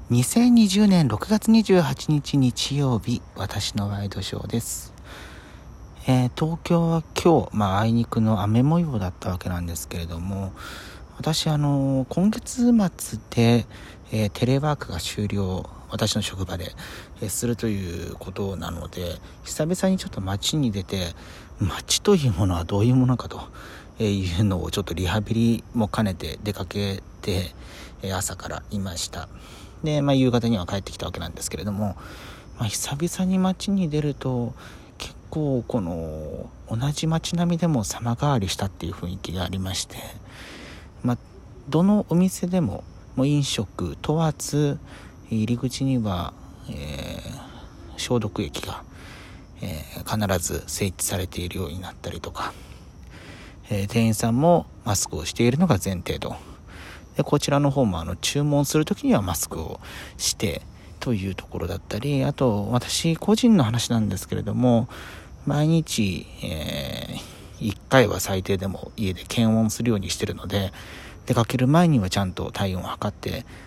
2020年6月28日日曜日、私のワイドショーです。東京は今日、あいにくの雨模様だったわけなんですけれども、私今月末で、テレワークが終了、私の職場で、するということなので、久々にちょっと街に出て、街というものはどういうものかというのをちょっとリハビリも兼ねて出かけて、朝からいました。で、夕方には帰ってきたわけなんですけれども、久々に街に出ると結構この同じ街並みでも様変わりしたっていう雰囲気がありまして、どのお店でも飲食問わず入り口には、消毒液が、必ず設置されているようになったりとか、店員さんもマスクをしているのが前提と、でこちらの方も注文するときにはマスクをしてというところだったり、あと私個人の話なんですけれども、毎日、1回は最低でも家で検温するようにしてるので、出かける前にはちゃんと体温を測って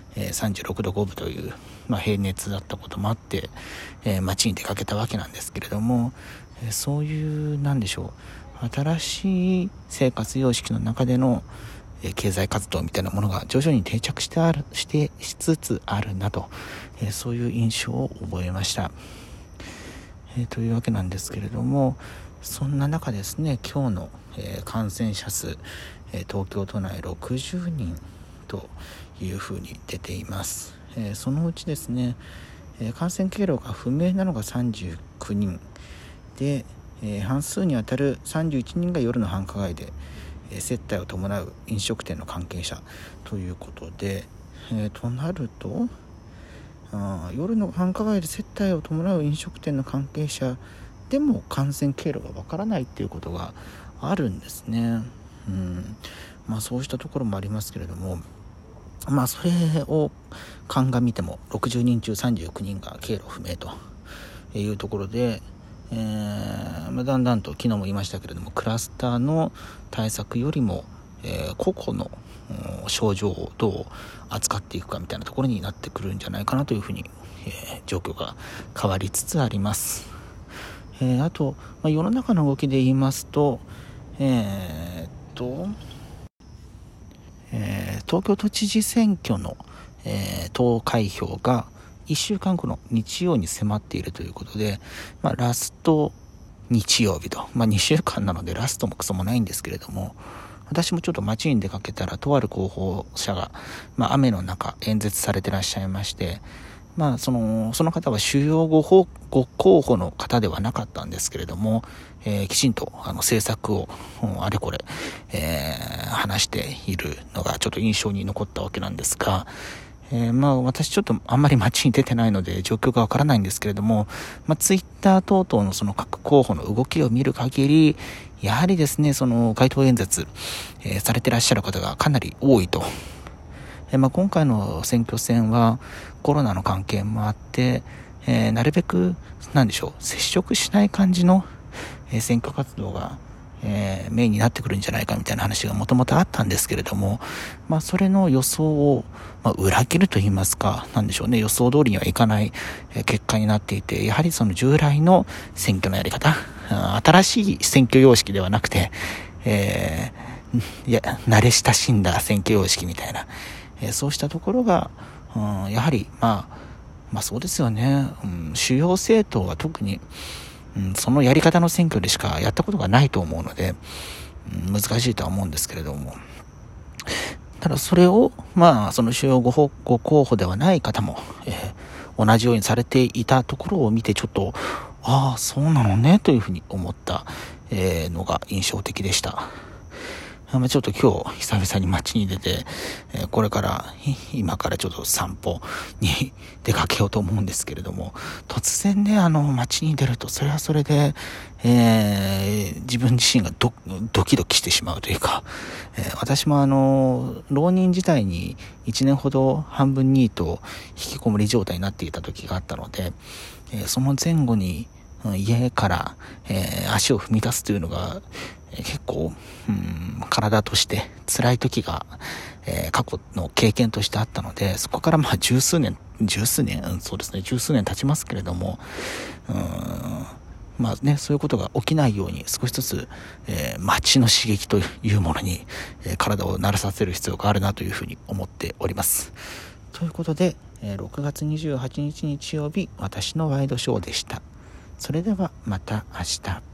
、36度5分という、平熱だったこともあって、街に出かけたわけなんですけれども、そういうなんでしょう、新しい生活様式の中での経済活動みたいなものが徐々に定着しつつあるなと、そういう印象を覚えました。というわけなんですけれども、そんな中ですね、今日の、感染者数、東京都内60人というふうに出ています。そのうちですね、感染経路が不明なのが39人で、半数にあたる31人が夜の繁華街で接待を伴う飲食店の関係者ということで、となると夜の繁華街で接待を伴う飲食店の関係者でも感染経路がわからないっていうことがあるんですね。そうしたところもありますけれども、それを鑑みても60人中39人が経路不明というところで、だんだんと昨日も言いましたけれども、クラスターの対策よりも、個々の症状をどう扱っていくかみたいなところになってくるんじゃないかなというふうに、状況が変わりつつあります。あと、世の中の動きで言いますと、東京都知事選挙の、投開票が1週間後の日曜に迫っているということで、ラスト日曜日と、2週間なのでラストもクソもないんですけれども、私もちょっと街に出かけたら、とある候補者が、雨の中演説されてらっしゃいまして、その方は主要ご候補の方ではなかったんですけれども、きちんと政策をあれこれ、話しているのがちょっと印象に残ったわけなんですが、私ちょっとあんまり街に出てないので状況がわからないんですけれども、ツイッター等々のその各候補の動きを見る限り、やはりですね、その街頭演説、されてらっしゃる方がかなり多いと。今回の選挙戦はコロナの関係もあって、なるべく接触しない感じの、選挙活動が、メインになってくるんじゃないかみたいな話がもともとあったんですけれども、それの予想を、裏切ると言いますか、予想通りにはいかない、結果になっていて、やはりその従来の選挙のやり方、新しい選挙様式ではなくて、慣れ親しんだ選挙様式みたいな、そうしたところが、やはりそうですよね、主要政党は特に、そのやり方の選挙でしかやったことがないと思うので、難しいとは思うんですけれども、ただそれをその主要ご候補ではない方も、同じようにされていたところを見て、ちょっとそうなのねというふうに思った、のが印象的でした。ちょっと今日久々に街に出て、これから今からちょっと散歩に出かけようと思うんですけれども、突然ね、街に出るとそれはそれで、自分自身がドキドキしてしまうというか、私も浪人時代に1年ほど半分ニート引きこもり状態になっていた時があったので、その前後に家から、足を踏み出すというのが結構、体として辛い時が、過去の経験としてあったので、そこから十数年十数年経ちますけれども、まあね、そういうことが起きないように少しずつ、街の刺激というものに、体を慣れさせる必要があるなというふうに思っております。ということで、6月28日日曜日、私のワイドショーでした。それではまた明日。